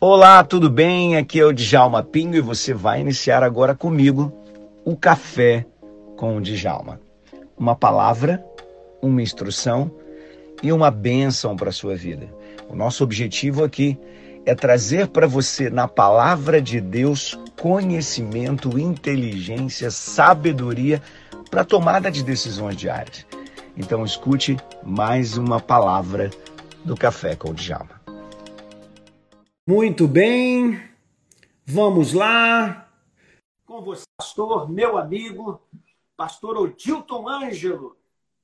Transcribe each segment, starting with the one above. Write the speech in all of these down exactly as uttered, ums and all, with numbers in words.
Olá, tudo bem? Aqui é o Djalma Pinho e você vai iniciar agora comigo o Café com o Djalma. Uma palavra, uma instrução e uma bênção para a sua vida. O nosso objetivo aqui é trazer para você, na palavra de Deus, conhecimento, inteligência, sabedoria para a tomada de decisões diárias. Então escute mais uma palavra do Café com o Djalma. Muito bem, vamos lá. Com você, pastor, meu amigo, pastor Odilton Ângelo.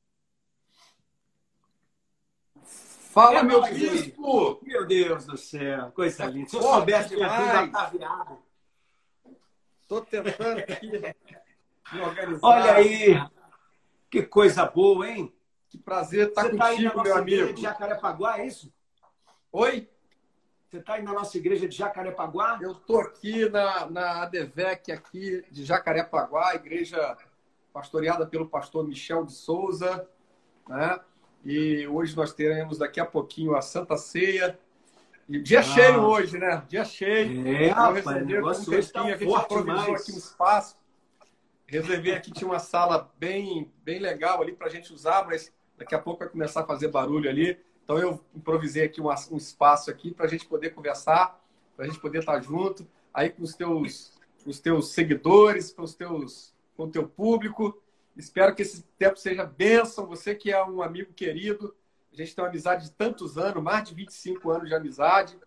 Fala, é meu bispo! Meu Deus do céu, coisa é linda. Se eu soubesse que minha vida está virada. Estou tentando aqui me organizar. Olha aí, que coisa boa, hein? Que prazer estar Você contigo, tá aí meu amigo. De Jacarepaguá, é isso? Oi? Você está aí na nossa igreja de Jacarepaguá? Eu estou aqui na, na ADVEC aqui de Jacarepaguá, igreja pastoreada pelo pastor Michel de Souza, né? E hoje nós teremos daqui a pouquinho a Santa Ceia. E dia ah. cheio hoje, né? Dia cheio. É, rapaz, o negócio hoje tá aqui, a gente providenciou aqui um espaço. Reservei aqui, tinha uma sala bem, bem legal ali para a gente usar, mas daqui a pouco vai começar a fazer barulho ali. Então eu improvisei aqui um, um espaço aqui para a gente poder conversar, para a gente poder estar junto, aí com os teus, os teus seguidores, com, os teus, com o teu público. Espero que esse tempo seja bênção. Você que é um amigo querido, a gente tem uma amizade de tantos anos, mais de vinte e cinco anos de amizade.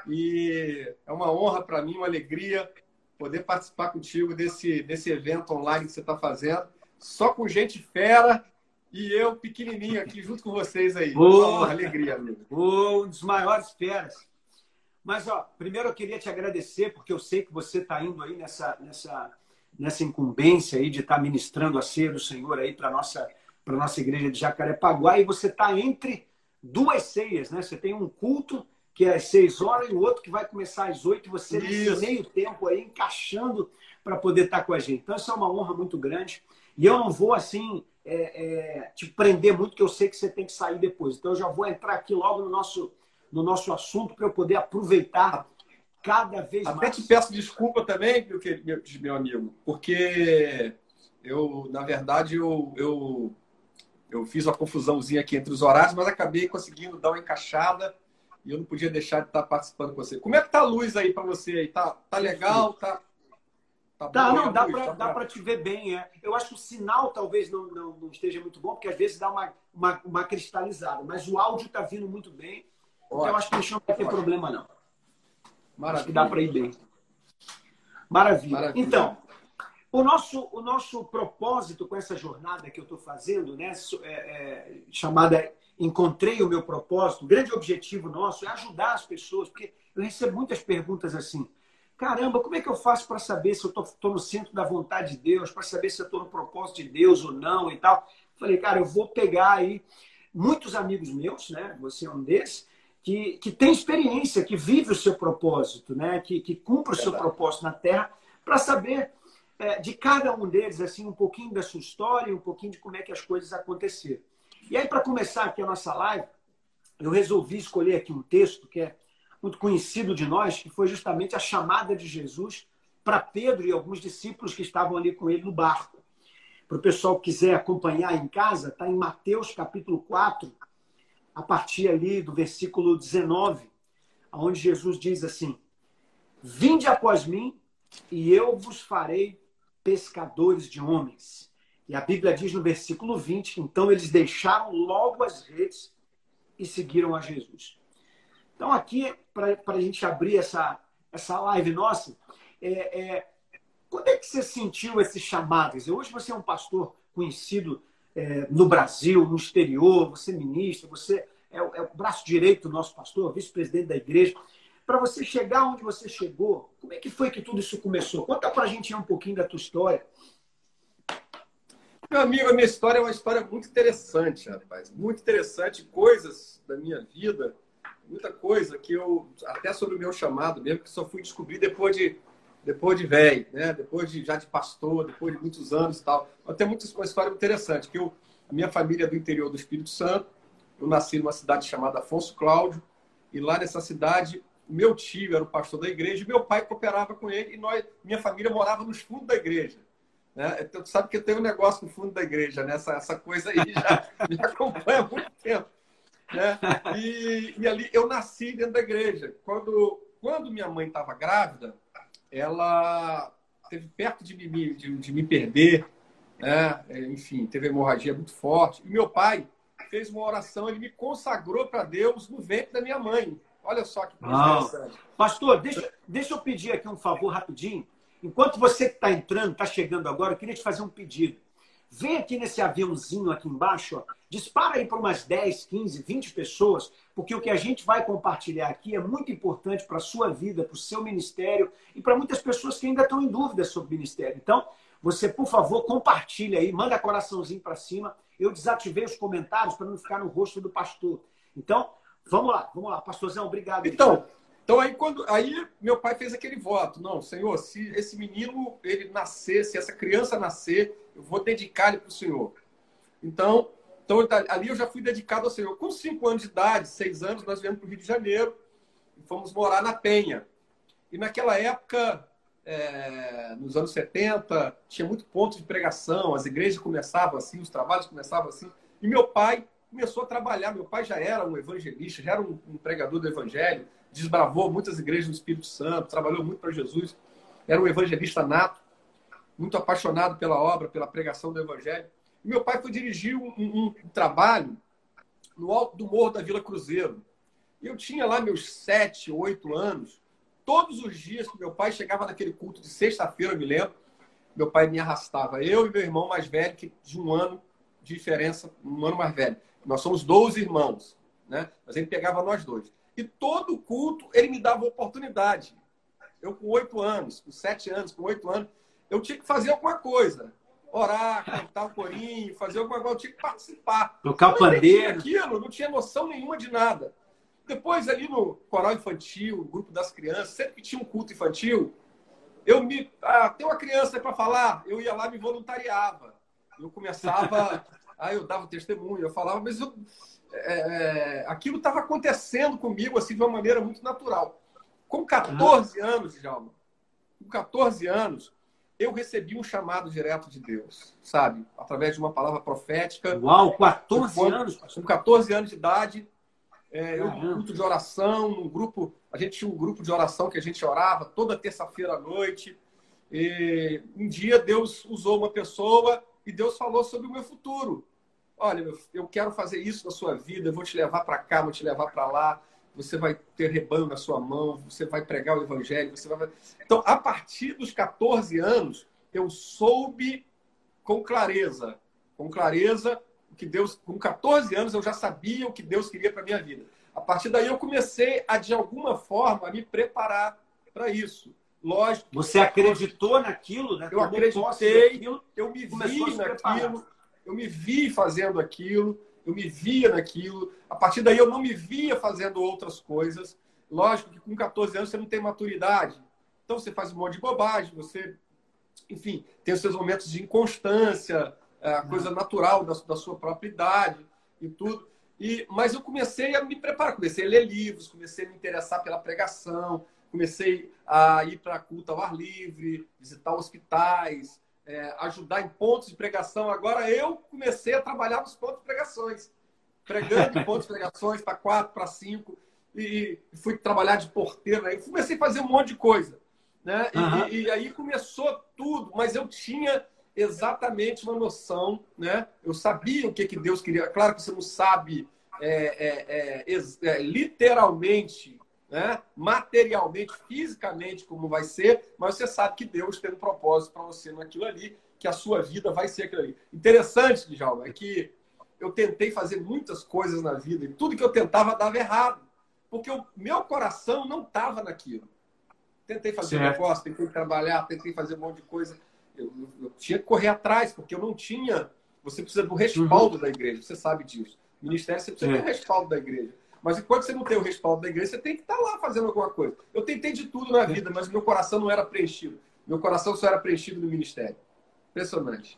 E é uma honra para mim, uma alegria poder participar contigo desse, desse evento online que você está fazendo. Só com gente fera. E eu, pequenininho, aqui junto com vocês aí. Oh, alegria, amigo. Oh, um dos maiores feras. Mas, ó, primeiro eu queria te agradecer, porque eu sei que você está indo aí nessa, nessa, nessa incumbência aí de estar tá ministrando a ceia do Senhor aí para a nossa, para nossa igreja de Jacarepaguá. E você está entre duas ceias, né? Você tem um culto que é às seis horas e o outro que vai começar às oito. E você, nesse meio tempo aí, encaixando para poder estar tá com a gente. Então, isso é uma honra muito grande. E eu não vou, assim... É, é, te prender muito, que eu sei que você tem que sair depois. Então eu já vou entrar aqui logo no nosso, no nosso assunto para eu poder aproveitar cada vez Até mais. Até te peço desculpa também, meu, meu amigo, porque eu, na verdade, eu, eu, eu fiz uma confusãozinha aqui entre os horários, mas acabei conseguindo dar uma encaixada e eu não podia deixar de estar participando com você. Como é que tá a luz aí para você aí? Tá, tá legal? Tá... Tá, tá não, dá para dá pra te ver bem. É. Eu acho que o sinal talvez não, não, não esteja muito bom, porque às vezes dá uma, uma, uma cristalizada, mas o áudio está vindo muito bem. Ótimo. Então eu acho que não vai ter problema, não. Maravilha. Acho que dá para ir bem. Maravilha. Maravilha. Então, o nosso, o nosso propósito com essa jornada que eu estou fazendo, né, é, é, chamada Encontrei o Meu Propósito, o grande objetivo nosso é ajudar as pessoas, porque eu recebo muitas perguntas assim. Caramba, como é que eu faço para saber se eu estou no centro da vontade de Deus, para saber se eu estou no propósito de Deus ou não e tal? Falei, cara, eu vou pegar aí muitos amigos meus, né? Você é um desses, que, que tem experiência, que vive o seu propósito, né? Que, que cumpre o seu propósito na Terra, para saber é, de cada um deles, assim, um pouquinho da sua história, um pouquinho de como é que as coisas aconteceram. E aí, para começar aqui a nossa live, eu resolvi escolher aqui um texto que é muito conhecido de nós, que foi justamente a chamada de Jesus para Pedro e alguns discípulos que estavam ali com ele no barco. Para o pessoal que quiser acompanhar em casa, está em Mateus capítulo quatro, a partir ali do versículo dezenove, onde Jesus diz assim: vinde após mim e eu vos farei pescadores de homens. E a Bíblia diz no versículo vinte, então eles deixaram logo as redes e seguiram a Jesus. Então, aqui, para a gente abrir essa, essa live nossa, é, é, quando é que você sentiu esse chamado? Hoje você é um pastor conhecido é, no Brasil, no exterior, você é ministro, você é, é o braço direito do nosso pastor, vice-presidente da igreja. Para você chegar onde você chegou, como é que foi que tudo isso começou? Conta para a gente um pouquinho da tua história. Meu amigo, a minha história é uma história muito interessante, rapaz. Muito interessante, coisas da minha vida... Muita coisa que eu, até sobre o meu chamado mesmo, que só fui descobrir depois de, depois de velho, né? Depois de, já de pastor, depois de muitos anos e tal. Mas tem muita, uma história interessante, que eu, a minha família é do interior do Espírito Santo, eu nasci numa cidade chamada Afonso Cláudio, e lá nessa cidade meu tio era o pastor da igreja, e meu pai cooperava com ele, e nós, minha família morava nos fundos da igreja. Né? Então, tu sabe que eu tenho um negócio no fundo da igreja, né? essa, essa coisa aí já me acompanha há muito tempo. Né? E, e ali eu nasci dentro da igreja. Quando, quando minha mãe estava grávida, ela esteve perto de me, de, de me perder, né? Enfim, teve hemorragia muito forte. E meu pai fez uma oração, ele me consagrou para Deus no ventre da minha mãe. Olha só que coisa interessante. Pastor, deixa, deixa eu pedir aqui um favor rapidinho. Enquanto você que está entrando, está chegando agora, eu queria te fazer um pedido. Vem aqui nesse aviãozinho aqui embaixo, ó, dispara aí para umas dez, quinze, vinte pessoas, porque o que a gente vai compartilhar aqui é muito importante para a sua vida, para o seu ministério e para muitas pessoas que ainda estão em dúvida sobre o ministério. Então, você, por favor, compartilha aí, manda coraçãozinho para cima. Eu desativei os comentários para não ficar no rosto do pastor. Então, vamos lá, vamos lá. Pastorzão, obrigado. Então, então aí, quando, aí meu pai fez aquele voto. Não, Senhor, se esse menino ele nascer, se essa criança nascer, eu vou dedicar ele para o Senhor. Então, então, ali eu já fui dedicado ao Senhor. Com cinco anos de idade, seis anos, nós viemos para o Rio de Janeiro e fomos morar na Penha. E naquela época, é, nos anos setenta, tinha muito ponto de pregação, as igrejas começavam assim, os trabalhos começavam assim. E meu pai começou a trabalhar. Meu pai já era um evangelista, já era um, um pregador do evangelho, desbravou muitas igrejas do Espírito Santo, trabalhou muito para Jesus, era um evangelista nato, muito apaixonado pela obra, pela pregação do evangelho. E meu pai foi dirigir um, um, um trabalho no alto do Morro da Vila Cruzeiro. E eu tinha lá meus sete, oito anos. Todos os dias que meu pai chegava naquele culto de sexta-feira, eu me lembro, meu pai me arrastava. Eu e meu irmão mais velho, que de um ano de diferença, um ano mais velho. Nós somos doze irmãos, né? Mas ele pegava nós dois. E todo culto ele me dava oportunidade. Eu com oito anos, com sete anos, com oito anos, eu tinha que fazer alguma coisa. Orar, cantar um corinho, fazer alguma coisa, eu tinha que participar. Tocar pandeiro. Aquilo, não tinha noção nenhuma de nada. Depois, ali no coral infantil, grupo das crianças, sempre que tinha um culto infantil, eu me. Ah, tem uma criança para falar, eu ia lá e me voluntariava. Eu começava, aí eu dava testemunho, eu falava, mas eu, é, aquilo estava acontecendo comigo assim, de uma maneira muito natural. Com quatorze anos, Djalma, com quatorze anos, eu recebi um chamado direto de Deus, sabe? Através de uma palavra profética. Uau, quatorze anos? Com quatorze anos de idade, é, eu num culto de oração, num grupo, a gente tinha um grupo de oração que a gente orava toda terça-feira à noite. E um dia Deus usou uma pessoa e Deus falou sobre o meu futuro. Olha, eu quero fazer isso na sua vida, eu vou te levar para cá, vou te levar para lá. Você vai ter rebanho na sua mão, você vai pregar o evangelho, você vai... Então, a partir dos quatorze anos, eu soube com clareza, com clareza, o que Deus... Com quatorze anos, eu já sabia o que Deus queria para a minha vida. A partir daí, eu comecei a, de alguma forma, a me preparar para isso. Lógico. Você acreditou naquilo, né? Eu acreditei, eu me vi naquilo, eu me vi fazendo aquilo, eu me via naquilo. A partir daí, eu não me via fazendo outras coisas. Lógico que com quatorze anos você não tem maturidade. Então, você faz um monte de bobagem, você, enfim, tem os seus momentos de inconstância, a coisa natural da, da sua própria idade e tudo. E, mas eu comecei a me preparar, comecei a ler livros, comecei a me interessar pela pregação, comecei a ir para culto ao ar livre, visitar hospitais, é, ajudar em pontos de pregação. Agora eu comecei a trabalhar nos pontos de pregações, pregando em pontos de pregações para quatro, para cinco, e fui trabalhar de porteiro. Aí comecei a fazer um monte de coisa, né? Uhum. E, e aí começou tudo, mas eu tinha exatamente uma noção, né? Eu sabia o que, que Deus queria. Claro que você não sabe é, é, é, é, literalmente, né? Materialmente, fisicamente, como vai ser, mas você sabe que Deus tem um propósito para você naquilo ali, que a sua vida vai ser aquilo ali. Interessante, Djalma, é que eu tentei fazer muitas coisas na vida e tudo que eu tentava dava errado, porque o meu coração não estava naquilo. Tentei fazer certo. um negócio, tentei trabalhar, tentei fazer um monte de coisa. Eu, eu, eu tinha que correr atrás, porque eu não tinha... Você precisa do respaldo uhum. da igreja, você sabe disso. No ministério, você precisa é. do respaldo da igreja. Mas enquanto você não tem o respaldo da igreja, você tem que estar lá fazendo alguma coisa. Eu tentei de tudo na vida, mas meu coração não era preenchido. Meu coração só era preenchido no ministério. Impressionante.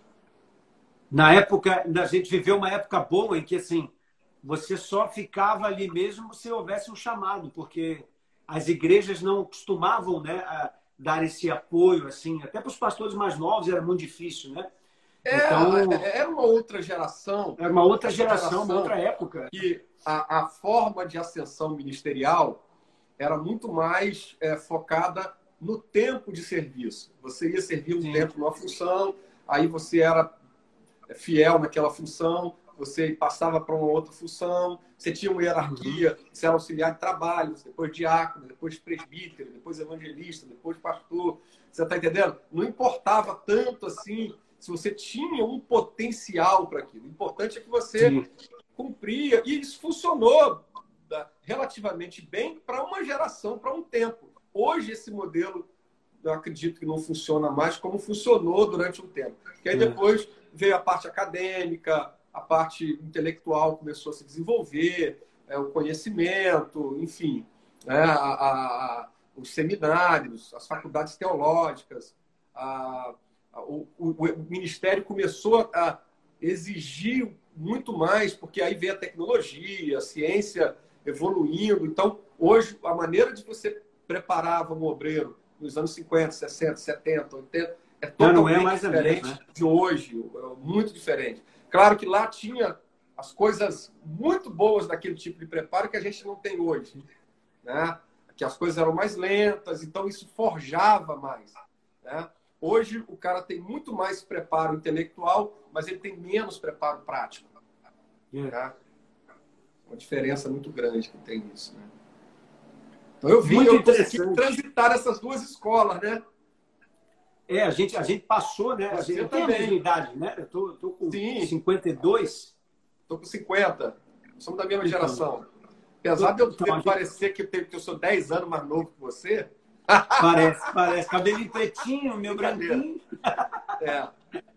Na época, a gente viveu uma época boa em que, assim, você só ficava ali mesmo se houvesse um chamado, porque as igrejas não costumavam, né, a dar esse apoio, assim, até para os pastores mais novos era muito difícil, né? É, Então, era uma outra geração. Era uma outra geração, geração uma outra época. E a, a forma de ascensão ministerial era muito mais é, focada no tempo de serviço. Você ia servir um Sim. tempo numa função, aí você era fiel naquela função, você passava para uma outra função, você tinha uma hierarquia, você era auxiliar de trabalho, depois diácono, depois presbítero, depois evangelista, depois pastor. Você está entendendo? Não importava tanto assim se você tinha um potencial para aquilo. O importante é que você Sim. cumpria, e isso funcionou relativamente bem para uma geração, para um tempo. Hoje, esse modelo, eu acredito que não funciona mais como funcionou durante um tempo. Porque aí depois veio a parte acadêmica, a parte intelectual começou a se desenvolver, é, o conhecimento, enfim, né, a, a, os seminários, as faculdades teológicas, a, a, o, o, o ministério começou a exigir muito mais, porque aí veio a tecnologia, a ciência evoluindo. Então, hoje, a maneira de você preparava um obreiro nos anos cinquenta, sessenta, setenta, oitenta é totalmente não é mais diferente mesmo, né? de hoje, muito diferente. Claro que lá tinha as coisas muito boas daquele tipo de preparo que a gente não tem hoje, né? Que as coisas eram mais lentas, então isso forjava mais, né? Hoje o cara tem muito mais preparo intelectual, mas ele tem menos preparo prático. Né? Uma diferença muito grande que tem isso, né? Então eu vi, muito eu consegui transitar essas duas escolas, né? É, a gente, a gente passou, né? A gente, eu tenho a mesma idade, né? Eu tô, tô com Sim. cinquenta e dois. Tô com cinquenta. Somos da mesma então, geração. Apesar de eu então, ter, gente... parecer que eu, tenho, que eu sou dez anos mais novo que você. Parece, parece. Cabelinho pretinho, meu branquinho. É.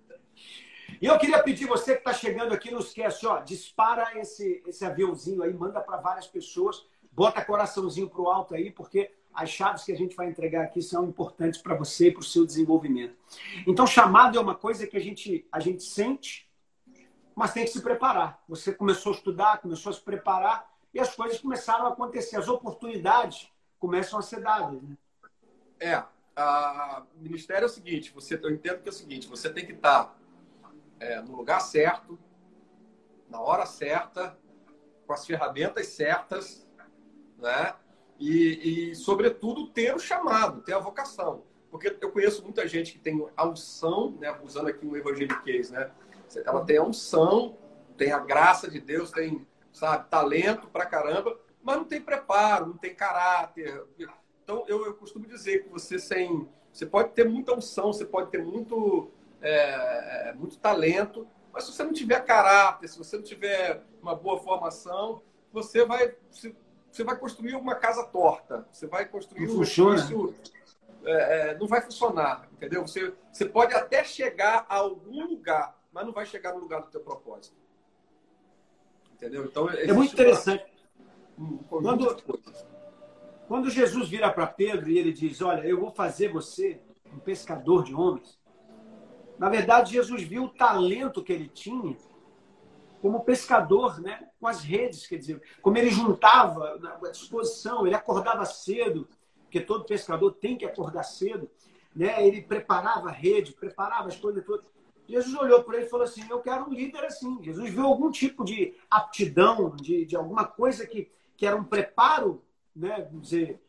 E eu queria pedir você que está chegando aqui, não esquece, ó, dispara esse, esse aviãozinho aí, manda para várias pessoas, bota coraçãozinho pro alto aí, porque as chaves que a gente vai entregar aqui são importantes para você e para o seu desenvolvimento. Então, chamado é uma coisa que a gente, a gente sente, mas tem que se preparar. Você começou a estudar, começou a se preparar e as coisas começaram a acontecer. As oportunidades começam a ser dadas, né? É. O ministério é o seguinte, você, eu entendo que é o seguinte, você tem que estar é, no lugar certo, na hora certa, com as ferramentas certas, né? E, e, sobretudo, ter o chamado, ter a vocação. Porque eu conheço muita gente que tem a unção, né? Usando aqui um evangeliquez, né? Ela tem a unção, tem a graça de Deus, tem, sabe, talento pra caramba, mas não tem preparo, não tem caráter. Então, eu, eu costumo dizer que você sem... Você pode ter muita unção, você pode ter muito, é, muito talento, mas se você não tiver caráter, se você não tiver uma boa formação, você vai... Você vai construir uma casa torta. Você vai construir um edifício... É, é, não vai funcionar, entendeu? Você, você pode até chegar a algum lugar, mas não vai chegar no lugar do teu propósito. Entendeu? Então, é muito interessante. Um, um quando, quando Jesus vira para Pedro e ele diz, olha, eu vou fazer você um pescador de homens. Na verdade, Jesus viu o talento que ele tinha como pescador, né? Com as redes, quer dizer, como ele juntava à disposição, ele acordava cedo, porque todo pescador tem que acordar cedo, né? Ele preparava a rede, preparava as coisas todas. Jesus olhou para ele e falou assim, eu quero um líder assim. Jesus viu algum tipo de aptidão, de, de alguma coisa que, que era um preparo, né? Vamos dizer,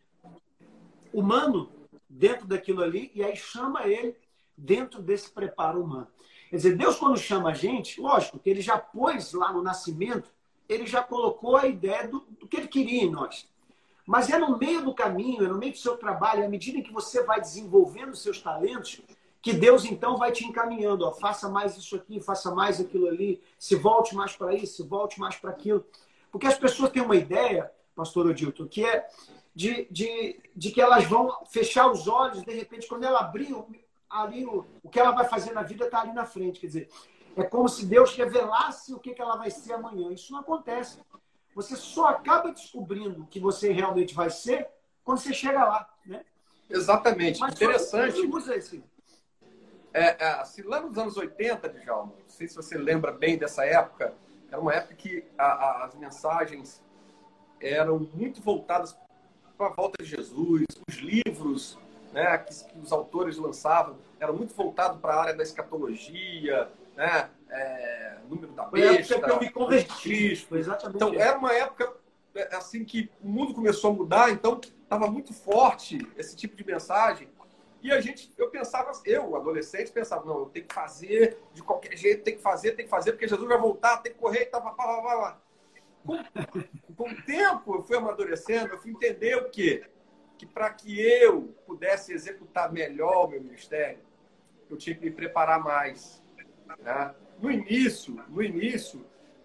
humano dentro daquilo ali, e aí chama ele dentro desse preparo humano. Quer dizer, Deus, quando chama a gente, lógico que ele já pôs lá no nascimento, ele já colocou a ideia do, do que ele queria em nós. Mas é no meio do caminho, é no meio do seu trabalho, à medida que você vai desenvolvendo os seus talentos, que Deus, então, vai te encaminhando. Ó, faça mais isso aqui, faça mais aquilo ali, se volte mais para isso, se volte mais para aquilo. Porque as pessoas têm uma ideia, pastor Odilton, que é de, de, de que elas vão fechar os olhos, de repente, quando ela abrir... ali o, o que ela vai fazer na vida está ali na frente. Quer dizer, é como se Deus revelasse o que, que ela vai ser amanhã. Isso não acontece. Você só acaba descobrindo o que você realmente vai ser quando você chega lá, né? Exatamente. Mas interessante. Usa esse. É, é, assim, lá nos anos oitenta, Djalma, não sei se você lembra bem dessa época, era uma época que a, a, as mensagens eram muito voltadas a volta de Jesus, os livros, né, que, que os autores lançavam eram muito voltados para a área da escatologia, né, é, número da besta, foi eu me converti. Então, era uma época assim que o mundo começou a mudar, então estava muito forte esse tipo de mensagem. E a gente, eu pensava, eu, adolescente, pensava, não, eu tenho que fazer de qualquer jeito, tem que fazer, tem que fazer, porque Jesus vai voltar, tem que correr e tal, blá, blá, blá, blá. Com, com o tempo, eu fui amadurecendo, eu fui entender o quê? Que para que eu pudesse executar melhor o meu ministério, eu tinha que me preparar mais. Né? No início, no início,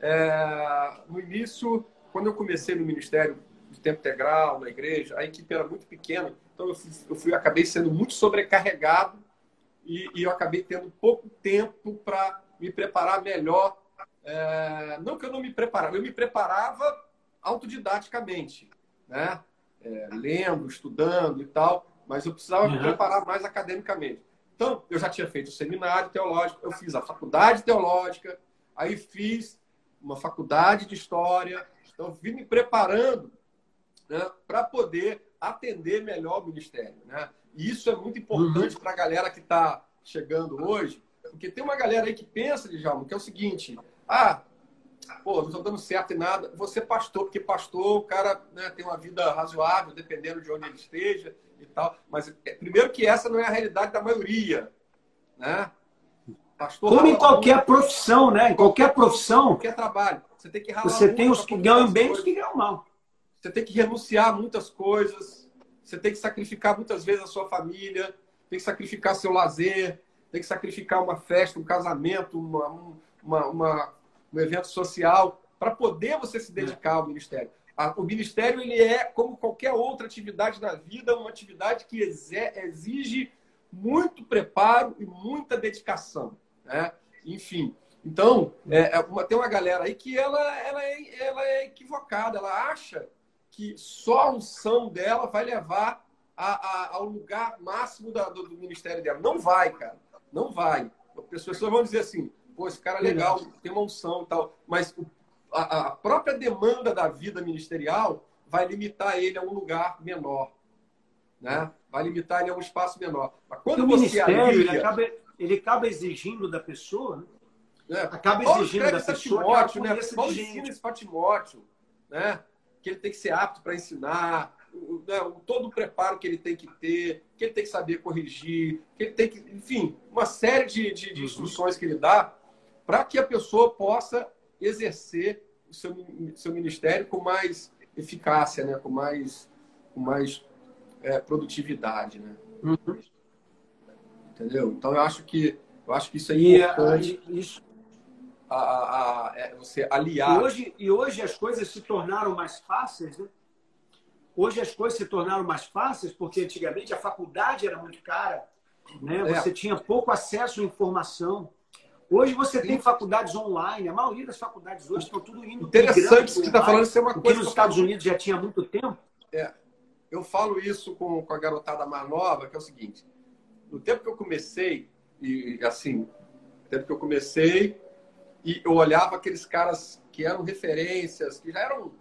é, no início, quando eu comecei no ministério de tempo integral, na igreja, a equipe era muito pequena, então eu, fui, eu fui, acabei sendo muito sobrecarregado e, e eu acabei tendo pouco tempo para me preparar melhor. É, não que eu não me preparava, eu me preparava autodidaticamente, né? É, lendo, estudando e tal, mas eu precisava uhum. me preparar mais academicamente. Então, eu já tinha feito o seminário teológico, eu fiz a faculdade teológica, aí fiz uma faculdade de história, então eu vim me preparando, né, para poder atender melhor o ministério. Né? E isso é muito importante uhum. para a galera que está chegando hoje, porque tem uma galera aí que pensa, Djalma, que é o seguinte, ah, pô, não estou dando certo em nada, você é pastor, porque pastor, o cara, né, tem uma vida razoável, dependendo de onde ele esteja e tal, mas primeiro que essa não é a realidade da maioria, né? Pastor, como em qualquer muito, profissão, né? Em qualquer profissão, qualquer trabalho, você tem que ralar Você muito tem os que ganham bem e os que ganham mal. Você tem que renunciar a muitas coisas, você tem que sacrificar muitas vezes a sua família, tem que sacrificar seu lazer, tem que sacrificar uma festa, um casamento, uma, uma, uma, um evento social, para poder você se dedicar ao ministério. O ministério, ele é, como qualquer outra atividade na vida, uma atividade que exige muito preparo e muita dedicação. Né? Enfim, então, é, uma, tem uma galera aí que ela, ela, é, ela é equivocada, ela acha que só a unção dela vai levar a, a, ao lugar máximo da, do, do ministério dela. Não vai, cara. Não vai. As pessoas vão dizer assim, pô, esse cara é legal, tem uma unção e tal, mas o, a, a própria demanda da vida ministerial vai limitar ele a um lugar menor. Né? Vai limitar ele a um espaço menor. Mas quando o você ministério, alia, ele, acaba, ele acaba exigindo da pessoa, né? É, acaba Paulo exigindo da pessoa Timóteo, que né? Paulo ensina isso para Timóteo, né? Que ele tem que ser apto para ensinar, o, né? o, todo o preparo que ele tem que ter, que ele tem que saber corrigir, que ele tem que, enfim, uma série de, de, de instruções que ele dá para que a pessoa possa exercer o seu, seu ministério com mais eficácia, né? Com mais, com mais é, produtividade, né? Uhum. Entendeu? Então eu acho que eu acho que isso é e, importante. A, isso... A, a, a, é você aliar. E hoje, e hoje as coisas se tornaram mais fáceis, né? Hoje as coisas se tornaram mais fáceis porque antigamente a faculdade era muito cara, né? Você é. tinha pouco acesso à informação. Hoje você Sim. tem faculdades online. A maioria das faculdades hoje estão tudo indo. Interessante isso que você está falando. Isso é uma coisa que nos Estados Unidos já tinha há muito tempo. É. Eu falo isso com, com a garotada mais nova, que é o seguinte. No tempo que eu comecei, e assim, no tempo que eu comecei, e eu olhava aqueles caras que eram referências, que já eram...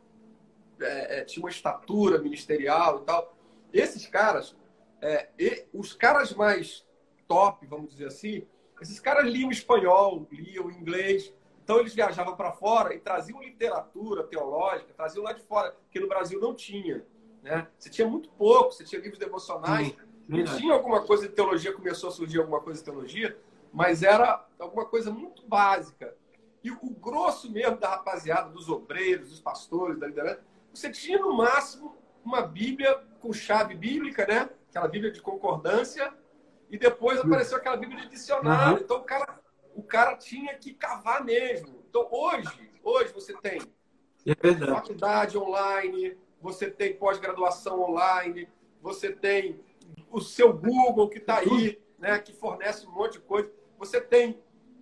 É, é, tinha uma estatura ministerial e tal. Esses caras, é, e, os caras mais top, vamos dizer assim, esses caras liam espanhol, liam inglês. Então eles viajavam para fora e traziam literatura teológica, traziam lá de fora, que no Brasil não tinha. Né? Você tinha muito pouco, você tinha livros devocionais. Não tinha alguma coisa de teologia, começou a surgir alguma coisa de teologia, mas era alguma coisa muito básica. E o grosso mesmo da rapaziada, dos obreiros, dos pastores, da liderança, você tinha no máximo uma Bíblia com chave bíblica, né? Aquela Bíblia de concordância, e depois apareceu aquela Bíblia de dicionário. Uhum. Então o cara, o cara tinha que cavar mesmo. Então hoje, hoje você tem é faculdade online, você tem pós-graduação online, você tem o seu Google que está aí, né? Que fornece um monte de coisa. Você tem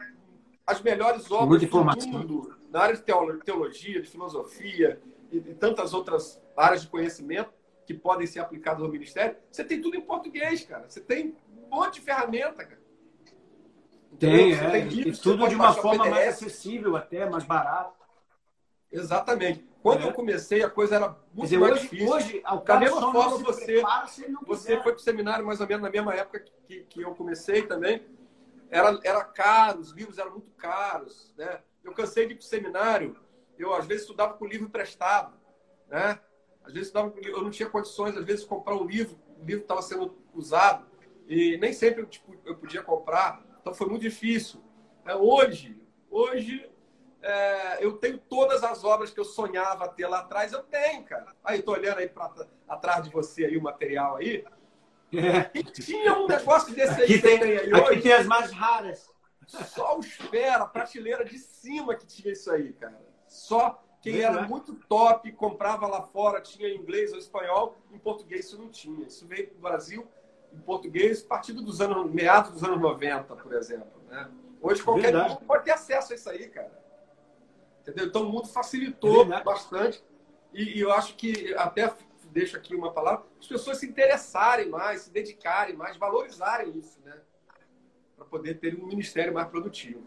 as melhores obras do mundo na área de teologia, de filosofia e, e tantas outras áreas de conhecimento que podem ser aplicadas ao ministério. Você tem tudo em português, cara. Você tem um monte de ferramenta, cara. Tem, é. Tem livros, e tudo de uma forma mais acessível até, mais barato. Exatamente. Quando é. eu comecei, a coisa era muito dizer, mais hoje, difícil. Hoje, da mesma forma, você, você foi para o seminário mais ou menos na mesma época que, que eu comecei também. Era, era caro, os livros eram muito caros, né? Eu cansei de ir para o seminário, eu às vezes estudava com o livro emprestado, né? Às vezes estudava com, eu não tinha condições, às vezes, de comprar um livro, o livro estava sendo usado, e nem sempre eu, tipo, eu podia comprar, então foi muito difícil. É, hoje, hoje é, eu tenho todas as obras que eu sonhava ter lá atrás, eu tenho, cara. Aí, estou olhando aí pra, atrás de você aí o material aí. É. E tinha um negócio desse aqui aí tem, que tem aí aqui hoje. tem as mais raras. Só os fera, prateleira de cima que tinha isso aí, cara. Só quem era muito top, comprava lá fora, tinha em inglês ou espanhol, em português isso não tinha. Isso veio para o Brasil em português a partir dos anos, meados dos anos noventa, por exemplo. Né? Hoje qualquer um pode ter acesso a isso aí, cara. Entendeu? Então o mundo facilitou é bastante. E, e eu acho que, até deixo aqui uma palavra, as pessoas se interessarem mais, se dedicarem mais, valorizarem isso, né? Para poder ter um ministério mais produtivo.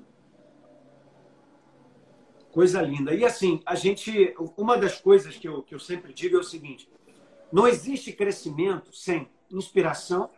Coisa linda. E assim, a gente, uma das coisas que eu, que eu sempre digo é o seguinte: não existe crescimento sem inspiração,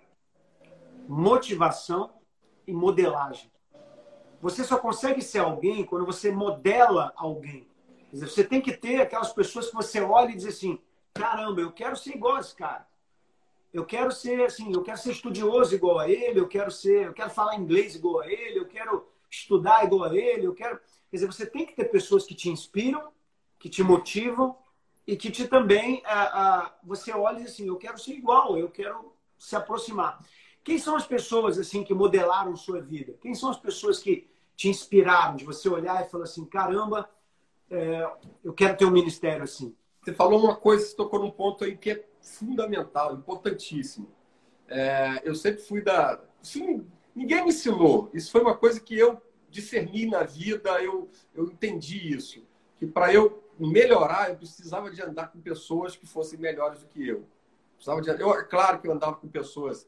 motivação e modelagem. Você só consegue ser alguém quando você modela alguém. Quer dizer, você tem que ter aquelas pessoas que você olha e diz assim: caramba, eu quero ser igual a esse cara. Eu quero ser assim, eu quero ser estudioso igual a ele, eu quero ser, eu quero falar inglês igual a ele, eu quero estudar igual a ele, eu quero. Quer dizer, você tem que ter pessoas que te inspiram, que te motivam e que te também a, a, você olha e diz assim: eu quero ser igual, eu quero se aproximar. Quem são as pessoas assim que modelaram sua vida? Quem são as pessoas que te inspiraram de você olhar e falar assim: caramba, é, eu quero ter um ministério assim? Você falou uma coisa, você tocou num ponto aí que é fundamental, importantíssimo. É, eu sempre fui da... Isso, ninguém me ensinou. Isso foi uma coisa que eu discerni na vida, eu, eu entendi isso. Que para eu melhorar, eu precisava de andar com pessoas que fossem melhores do que eu. Precisava de... eu é claro que eu andava com pessoas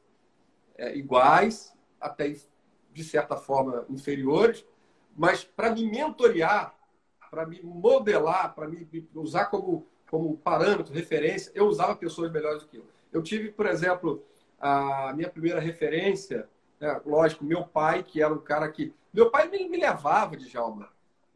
é, iguais, até de certa forma inferiores, mas para me mentorear, para me modelar, para me usar como... como parâmetro, referência, eu usava pessoas melhores do que eu. Eu tive, por exemplo, a minha primeira referência, né, lógico, meu pai, que era um cara que... Meu pai me, me levava, Djalma.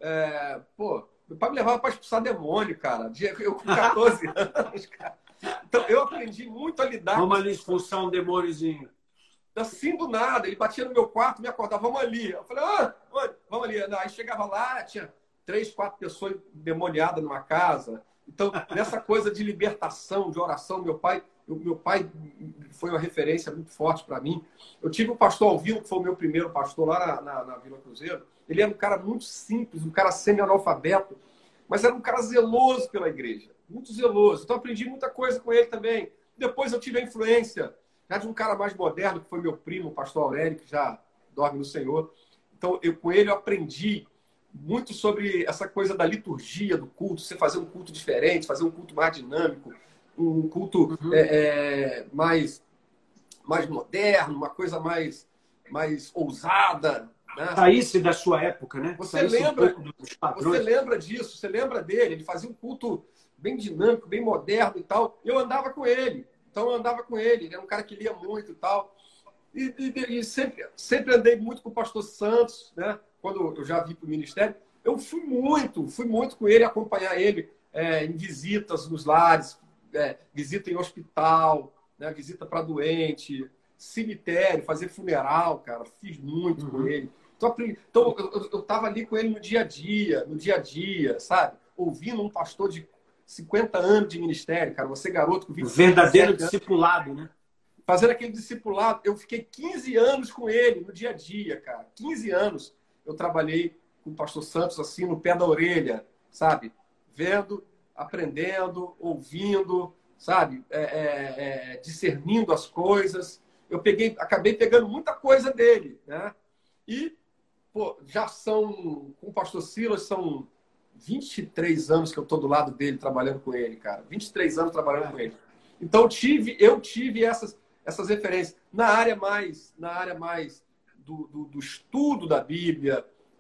É, pô, meu pai me levava para expulsar demônio, cara. Eu com quatorze anos, cara. Então, eu aprendi muito a lidar Vamos com... ali expulsar um demôniozinho. Assim, do nada. Ele batia no meu quarto, me acordava, vamos ali. Eu falei, ah, vamos ali. Aí chegava lá, tinha três, quatro pessoas demoniadas numa casa. Então, nessa coisa de libertação, de oração, meu pai, eu, meu pai foi uma referência muito forte para mim. Eu tive o pastor Alvino, que foi o meu primeiro pastor lá na, na, na Vila Cruzeiro. Ele era um cara muito simples, um cara semi-analfabeto, mas era um cara zeloso pela igreja, muito zeloso. Então, aprendi muita coisa com ele também. Depois eu tive a influência já de um cara mais moderno, que foi meu primo, o pastor Aurélio, que já dorme no Senhor. Então, eu, com ele eu aprendi muito sobre essa coisa da liturgia do culto, você fazer um culto diferente, fazer um culto mais dinâmico, um culto uhum. é, é, mais, mais moderno, uma coisa mais, mais ousada. Né? Saísse da sua época, né? Você lembra, um você lembra disso, você lembra dele, ele fazia um culto bem dinâmico, bem moderno e tal. Eu andava com ele, então eu andava com ele, ele era um cara que lia muito e tal. E, e, e sempre, sempre andei muito com o pastor Santos, né? Quando eu já vim para o ministério, eu fui muito, fui muito com ele, acompanhar ele é, em visitas nos lares, é, visita em hospital, né, visita para doente, cemitério, fazer funeral, cara, fiz muito uhum. com ele. Então, então eu estava ali com ele no dia a dia, no dia a dia, sabe? Ouvindo um pastor de cinquenta anos de ministério, cara, você garoto com vinte e sete verdadeiro anos, discipulado, né? Fazendo aquele discipulado, eu fiquei quinze anos com ele no dia a dia, cara, quinze anos. Eu trabalhei com o pastor Santos assim no pé da orelha, sabe? Vendo, aprendendo, ouvindo, sabe? É, é, é, discernindo as coisas. Eu peguei, acabei pegando muita coisa dele, né? E, pô, já são, com o pastor Silas, são vinte e três anos que eu estou do lado dele, trabalhando com ele, cara. vinte e três anos trabalhando com ele. Então, eu tive, eu tive essas, essas referências. Na área mais, na área mais do, do, do estudo da Bíblia,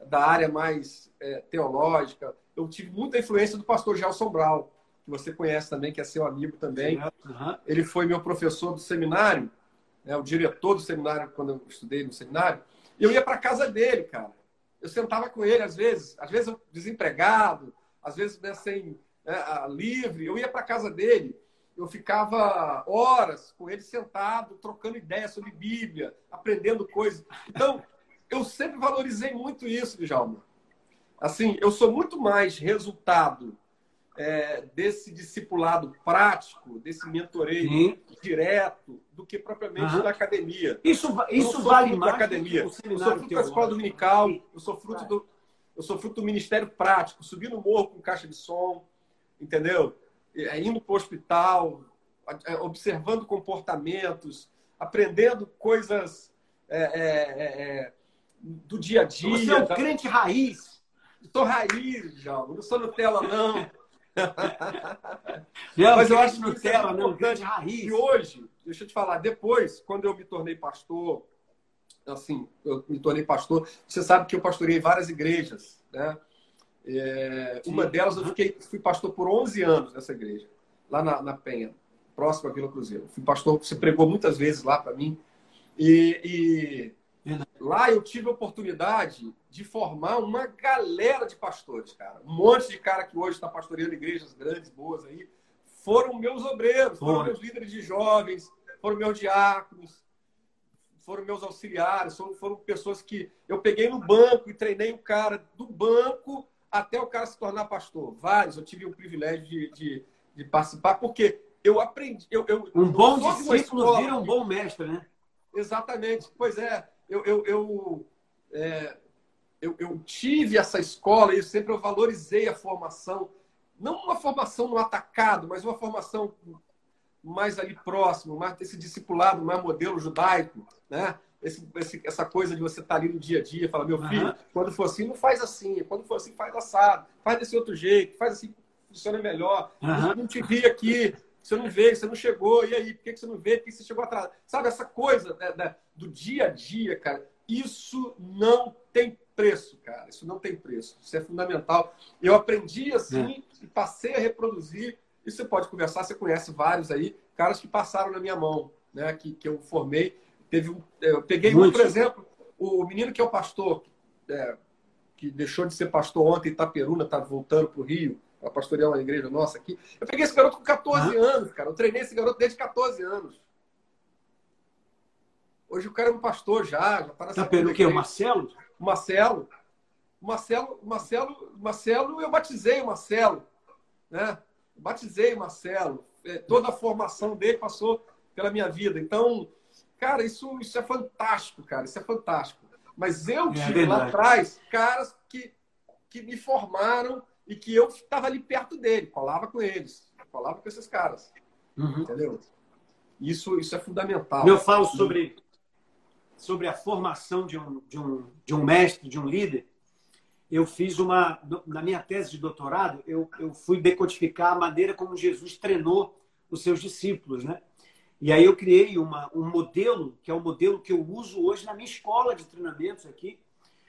da área mais é, teológica. Eu tive muita influência do pastor Gelson Brau, que você conhece também, que é seu amigo também. Uhum. Ele foi meu professor do seminário, né, o diretor do seminário, quando eu estudei no seminário. E eu ia para a casa dele, cara. Eu sentava com ele, às vezes, às vezes eu desempregado, às vezes né, sem né, livre. Eu ia para a casa dele, eu ficava horas com ele sentado, trocando ideias sobre Bíblia, aprendendo coisas. Então, eu sempre valorizei muito isso, Djalma. Assim, eu sou muito mais resultado é, desse discipulado prático, desse mentoreio Sim. direto, do que propriamente uhum. da academia. Isso, isso vale mais da academia. Eu sou fruto da escola dominical, eu sou fruto do, eu sou fruto do ministério prático, subir no morro com caixa de som, entendeu? Indo para o hospital, observando comportamentos, aprendendo coisas é, é, é, do dia a dia. Você é um crente raiz. Sou raiz, Djalma. Não sou Nutella, não. Não, mas eu acho Nutella, não, grande raiz. E hoje, deixa eu te falar, depois, quando eu me tornei pastor, assim, eu me tornei pastor, você sabe que eu pastorei várias igrejas, né? É, uma delas eu fiquei, fui pastor por onze anos nessa igreja, lá na, na Penha, próxima à Vila Cruzeiro. Fui pastor, você pregou muitas vezes lá para mim. E, e lá eu tive a oportunidade de formar uma galera de pastores, cara. Um monte de cara que hoje está pastoreando igrejas grandes, boas aí. Foram meus obreiros, foram meus líderes de jovens, foram meus diáconos, foram meus auxiliares, foram, foram pessoas que eu peguei no banco e treinei o cara do banco até o cara se tornar pastor. Vários, eu tive o privilégio de, de, de participar, porque eu aprendi... Eu, eu, um bom discípulo vira um bom mestre, né? Exatamente. Pois é, eu, eu, eu, é, eu, eu tive essa escola e sempre eu valorizei a formação. Não uma formação no atacado, mas uma formação mais ali próximo, mais esse discipulado, mais modelo judaico, né? Esse, esse, essa coisa de você estar ali no dia a dia, falar, meu filho, uhum. quando for assim, não faz assim, quando for assim, faz assado, faz desse outro jeito, faz assim, funciona melhor. Uhum. Eu não te vi aqui, você não veio, você não chegou, e aí, por que você não veio, por que você chegou atrás? Sabe, essa coisa né, da, do dia a dia, cara, isso não tem preço, cara, isso não tem preço, isso é fundamental. Eu aprendi assim é. e passei a reproduzir, e você pode conversar, você conhece vários aí, caras que passaram na minha mão, né, que, que eu formei. Teve um, eu peguei um, por exemplo, o menino que é o pastor, é, que deixou de ser pastor ontem em Itaperuna, está voltando para o Rio, para pastorear uma igreja nossa aqui. Eu peguei esse garoto com quatorze ah. anos, cara. Eu treinei esse garoto desde quatorze anos. Hoje o cara é um pastor já, já está nessa Itaperuna, o quê? O Marcelo? O Marcelo. O Marcelo, Marcelo, Marcelo, eu batizei o Marcelo, né? Eu batizei o Marcelo. É, toda a formação dele passou pela minha vida. Então, cara, isso, isso é fantástico, cara. Isso é fantástico. Mas eu tive é lá atrás caras que, que me formaram e que eu estava ali perto dele, colava com eles, colava com esses caras. Uhum. Entendeu? Isso, isso é fundamental. Eu falo sobre, sobre a formação de um, de, um, de um mestre, de um líder. Eu fiz uma... Na minha tese de doutorado, eu, eu fui decodificar a maneira como Jesus treinou os seus discípulos, né? E aí eu criei uma, um modelo, que é o modelo que eu uso hoje na minha escola de treinamentos aqui,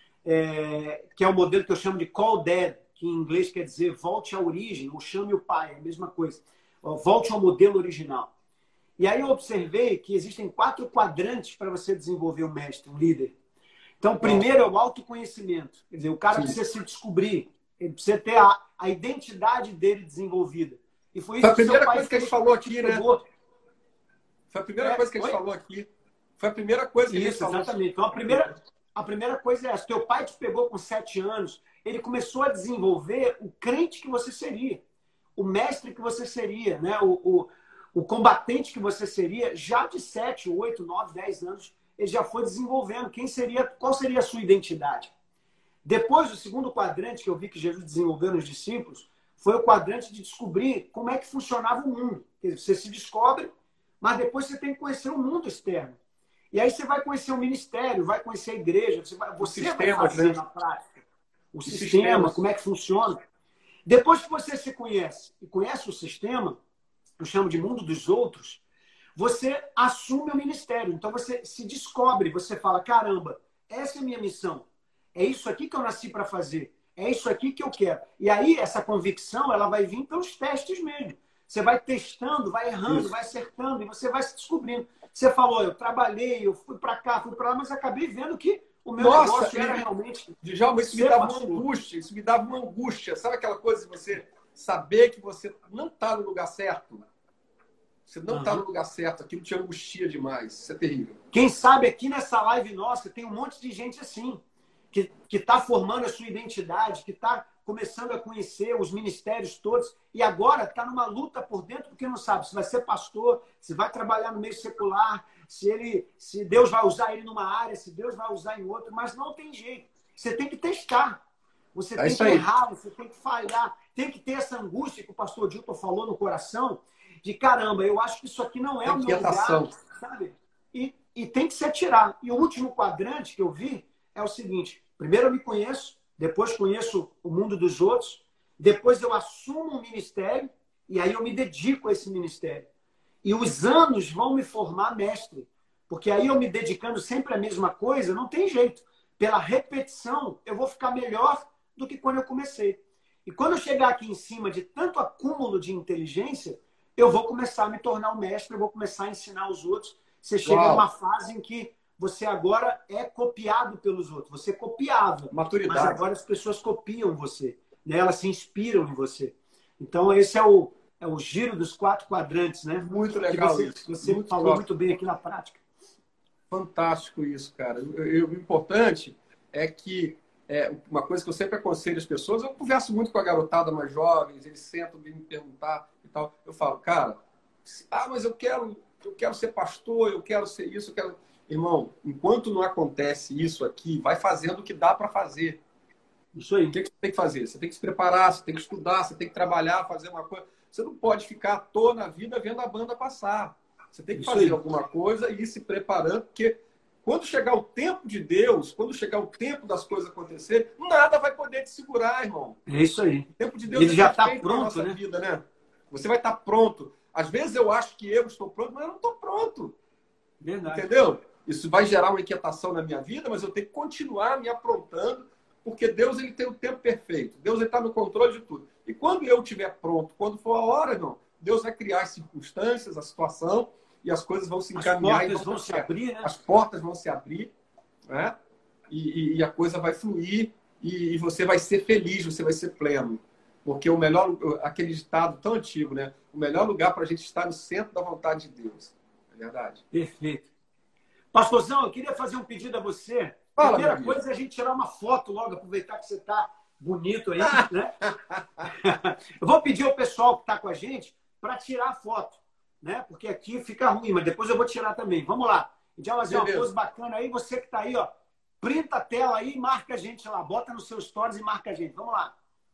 é, que é o modelo que eu chamo de Call Dad, que em inglês quer dizer volte à origem, ou chame o pai, é a mesma coisa. Volte ao modelo original. E aí eu observei que existem quatro quadrantes para você desenvolver um mestre, um líder. Então, o primeiro é o autoconhecimento. Quer dizer, o cara Sim. precisa se descobrir, ele precisa ter a, a identidade dele desenvolvida. E foi isso foi a que primeira seu pai coisa que a gente falou aqui, né? Pegou. Foi a primeira é, coisa que a gente foi? falou aqui. Foi a primeira coisa que Isso, a gente falou. Exatamente. Então, a primeira, a primeira coisa é essa. Teu pai te pegou com sete anos, ele começou a desenvolver o crente que você seria, o mestre que você seria, né? o, o, o combatente que você seria, já de sete, oito, nove, dez anos, ele já foi desenvolvendo. Quem seria, qual seria a sua identidade? Depois, o segundo quadrante que eu vi que Jesus desenvolveu nos discípulos foi o quadrante de descobrir como é que funcionava o mundo. Quer dizer, você se descobre, mas depois você tem que conhecer o mundo externo. E aí você vai conhecer o ministério, vai conhecer a igreja, você vai, você sistema, vai fazer né? na prática. O, o sistema, sistema, como é que funciona. Depois que você se conhece e conhece o sistema, eu chamo de mundo dos outros, você assume o ministério. Então você se descobre, você fala, caramba, essa é a minha missão. é isso aqui que eu nasci para fazer. É isso aqui que eu quero. E aí, essa convicção, ela vai vir pelos testes mesmo. Você vai testando, vai errando, isso. vai acertando, e você vai se descobrindo. Você falou, eu trabalhei, eu fui para cá, fui para lá, mas acabei vendo que o meu Nossa, negócio era realmente... Djalma, isso me dava uma angústia, isso me dava uma angústia. Sabe aquela coisa de você saber que você não está no lugar certo? Você não está uhum. no lugar certo, aquilo te angustia demais. Isso é terrível. Quem sabe aqui nessa live nossa tem um monte de gente assim, que está formando a sua identidade, que está começando a conhecer os ministérios todos e agora está numa luta por dentro porque não sabe se vai ser pastor, se vai trabalhar no meio secular, se, ele, se Deus vai usar ele numa área, se Deus vai usar em outra, mas não tem jeito. Você tem que testar. Você é tem que aí. errar, você tem que falhar. Tem que ter essa angústia que o pastor Dilton falou no coração de caramba, eu acho que isso aqui não é tem o meu lugar, sabe? E, e tem que se atirar. E o último quadrante que eu vi é o seguinte, primeiro eu me conheço, depois conheço o mundo dos outros, depois eu assumo um ministério e aí eu me dedico a esse ministério. E os anos vão me formar mestre, porque aí eu me dedicando sempre à mesma coisa, não tem jeito. Pela repetição, eu vou ficar melhor do que quando eu comecei. E quando eu chegar aqui em cima de tanto acúmulo de inteligência, eu vou começar a me tornar um mestre, eu vou começar a ensinar os outros. Você chega Uau. numa fase em que você agora é copiado pelos outros. Você copiava, Maturidade. Mas agora as pessoas copiam você. Né? Elas se inspiram em você. Então, esse é o, é o giro dos quatro quadrantes. Né? Muito legal você, isso. Você muito falou top. muito bem aqui na prática. Fantástico isso, cara. Eu, o importante é que é, uma coisa que eu sempre aconselho as pessoas, eu converso muito com a garotada mais jovens, eles sentam, vêm me perguntar e tal. Eu falo, cara, ah, mas eu quero, eu quero ser pastor, eu quero ser isso, eu quero... Irmão, enquanto não acontece isso aqui, vai fazendo o que dá para fazer. Isso aí. O que, que você tem que fazer? Você tem que se preparar, você tem que estudar, você tem que trabalhar, fazer uma coisa. Você não pode ficar à toa na vida vendo a banda passar. Você tem que isso fazer aí. alguma coisa e ir se preparando, porque quando chegar o tempo de Deus, quando chegar o tempo das coisas acontecerem, nada vai poder te segurar, irmão. É isso aí. O tempo de Deus Ele já está pronto, na nossa né? vida, né? Você vai estar pronto. Às vezes eu acho que eu estou pronto, mas eu não estou pronto. Verdade. Entendeu? Isso vai gerar uma inquietação na minha vida, mas eu tenho que continuar me aprontando, porque Deus ele tem o tempo perfeito. Deus está no controle de tudo. E quando eu estiver pronto, quando for a hora, irmão, Deus vai criar as circunstâncias, a situação, e as coisas vão se encaminhar. As portas vão se abrir, né? As portas vão se abrir, né? E, e, e a coisa vai fluir, e, e você vai ser feliz, você vai ser pleno. Porque o melhor, aquele ditado tão antigo, né? O melhor lugar para a gente estar no centro da vontade de Deus. É verdade? Perfeito. Pastorzão, eu queria fazer um pedido a você. Fala, Primeira coisa é a gente tirar uma foto logo, aproveitar que você está bonito aí, né? Eu vou pedir ao pessoal que está com a gente para tirar a foto, né? Porque aqui fica ruim, mas depois eu vou tirar também. Vamos lá. A gente vai fazer uma pose bacana aí. Você que está aí, ó, printa a tela aí e marca a gente lá. Bota nos seus stories e marca a gente. Vamos lá.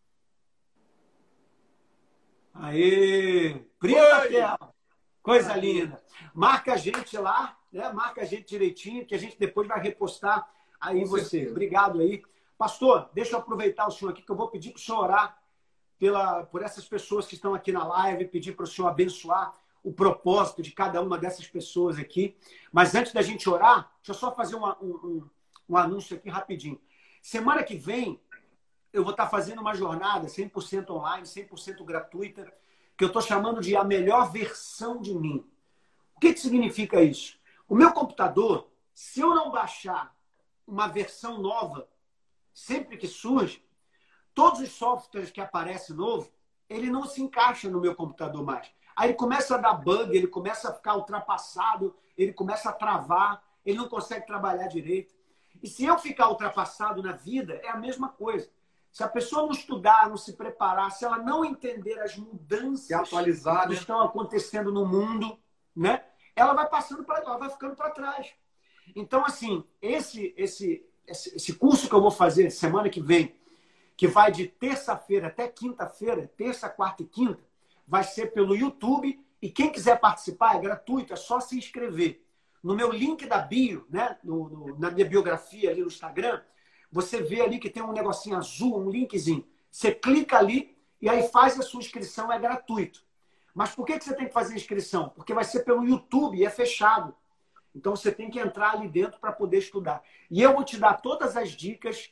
Aê! Printa Oi. a tela. Coisa Aê. linda. Marca a gente lá. Né? Marca a gente direitinho, que a gente depois vai repostar aí Com você. Certeza. Obrigado aí. Pastor, deixa eu aproveitar o senhor aqui, que eu vou pedir para o senhor orar pela, por essas pessoas que estão aqui na live, pedir para o senhor abençoar o propósito de cada uma dessas pessoas aqui. Mas antes da gente orar, deixa eu só fazer uma, um, um, um anúncio aqui rapidinho. Semana que vem, eu vou estar fazendo uma jornada cem por cento online, cem por cento gratuita, que eu estou chamando de a melhor versão de mim. O que, que significa isso? O meu computador, se eu não baixar uma versão nova, sempre que surge, todos os softwares que aparecem novo, ele não se encaixa no meu computador mais. Aí ele começa a dar bug, ele começa a ficar ultrapassado, ele começa a travar, ele não consegue trabalhar direito. E se eu ficar ultrapassado na vida, é a mesma coisa. Se a pessoa não estudar, não se preparar, se ela não entender as mudanças atualizar, que né? estão acontecendo no mundo, né? Ela vai passando para ela vai ficando para trás. Então, assim, esse, esse, esse curso que eu vou fazer semana que vem, que vai de terça-feira até quinta-feira, terça, quarta e quinta, vai ser pelo YouTube. E quem quiser participar é gratuito, é só se inscrever. No meu link da bio, né? no, no, na minha biografia ali no Instagram, você vê ali que tem um negocinho azul, um linkzinho. Você clica ali e aí faz a sua inscrição, é gratuito. Mas por que você tem que fazer inscrição? Porque vai ser pelo YouTube e é fechado. Então você tem que entrar ali dentro para poder estudar. E eu vou te dar todas as dicas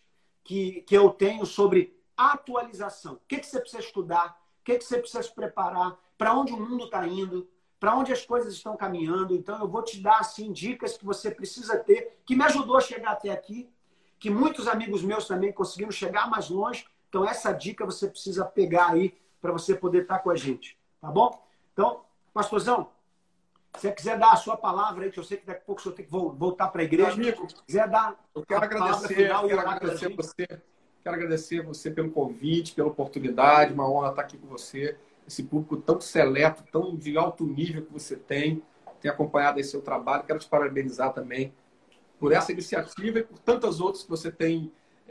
que, que eu tenho sobre atualização. O que, que você precisa estudar? O que, que você precisa se preparar? Para onde o mundo está indo? Para onde as coisas estão caminhando? Então, eu vou te dar assim, dicas que você precisa ter, que me ajudou a chegar até aqui, que muitos amigos meus também conseguiram chegar mais longe. Então, essa dica você precisa pegar aí para você poder estar com a gente. Tá bom? Então, pastorzão, se você quiser dar a sua palavra aí, que eu sei que daqui a pouco o senhor tem que voltar para a igreja. Meu amigo, quiser dar eu quero agradecer, final quero agradecer você, quero agradecer você pelo convite, pela oportunidade, uma honra estar aqui com você. Esse público tão seleto, tão de alto nível que você tem, tem acompanhado esse seu trabalho. Quero te parabenizar também por essa iniciativa e por tantas outras que você tem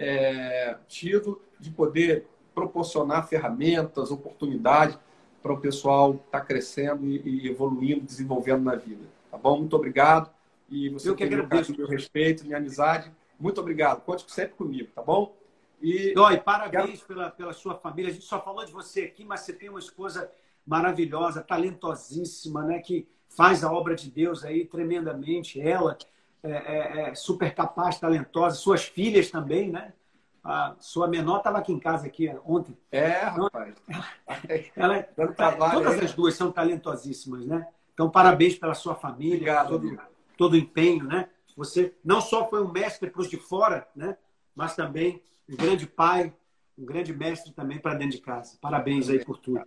é, tido de poder proporcionar ferramentas, oportunidades para o pessoal estar crescendo e, e evoluindo, desenvolvendo na vida. Tá bom? Muito obrigado. E você eu que tem agradeço. meu respeito, minha amizade. Muito obrigado. Conte sempre comigo, tá bom? E, oh, e parabéns quero... pela, pela sua família. A gente só falou de você aqui, mas você tem uma esposa maravilhosa, talentosíssima, né? Que faz a obra de Deus aí tremendamente. Ela é, é, é super capaz, talentosa. Suas filhas também, né? A sua menor estava aqui em casa aqui ontem. É, rapaz. Ela, ela, todas as duas são talentosíssimas, né? Então, parabéns pela sua família, obrigado, todo, todo o empenho, né? Você não só foi um mestre para os de fora, né? Mas também um grande pai, um grande mestre também para dentro de casa. Parabéns aí por tudo.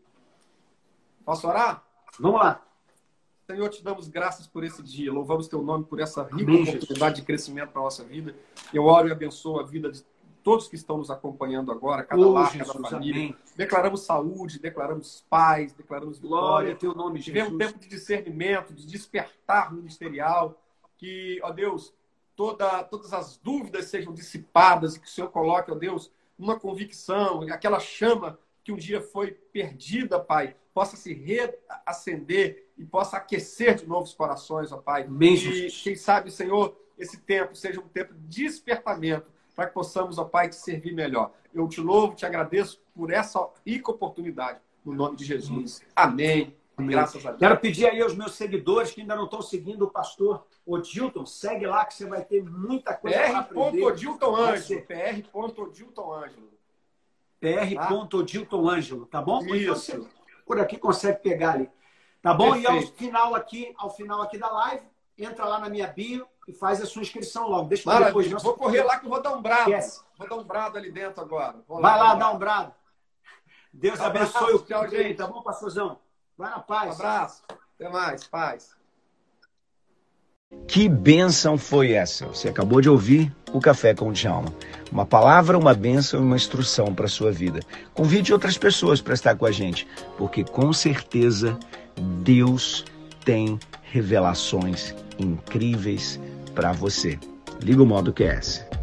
Posso orar? Vamos lá. Senhor, te damos graças por esse dia. Louvamos teu nome por essa rica Amém, oportunidade Jesus. de crescimento para a nossa vida. Eu oro e abençoo a vida de todos que estão nos acompanhando agora, cada oh, lar, Jesus, cada família. amém. Declaramos saúde, declaramos paz, declaramos Glória vitória. ao teu nome, Jesus. Tivemos um tempo de discernimento, de despertar ministerial. Que, ó Deus, toda, todas as dúvidas sejam dissipadas e que o Senhor coloque, ó Deus, uma convicção, aquela chama que um dia foi perdida, Pai, possa se reacender e possa aquecer de novo os corações, ó Pai. Amém, e quem sabe, Senhor, esse tempo seja um tempo de despertamento para que possamos, ó Pai, te servir melhor. Eu te louvo, te agradeço por essa rica oportunidade, no nome de Jesus. Amém. Amém. Graças a Deus. Quero pedir aí aos meus seguidores que ainda não estão seguindo o pastor Odilton, segue lá que você vai ter muita coisa para aprender. Odilton Ângelo. P R Odilton Ângelo. P R Odilton Ângelo, tá bom? Isso. Então você por aqui consegue pegar ali. Tá bom? Perfeito. E ao final aqui, ao final aqui da live, entra lá na minha bio e faz a sua inscrição logo. Deixa eu depois não. Vou correr lá que eu vou dar um brado. Esquece. Vou dar um brado ali dentro agora. Vou vai lá, lá dar um brado. Deus um abençoe abraço, o tchau, gente. Tá bom, pastorzão? Vai na paz. Um abraço. Até mais. Paz. Que bênção foi essa? Você acabou de ouvir o Café com o Djalma. Uma palavra, uma bênção e uma instrução para a sua vida. Convide outras pessoas para estar com a gente, porque com certeza Deus tem revelações incríveis para você. Liga o modo Q S.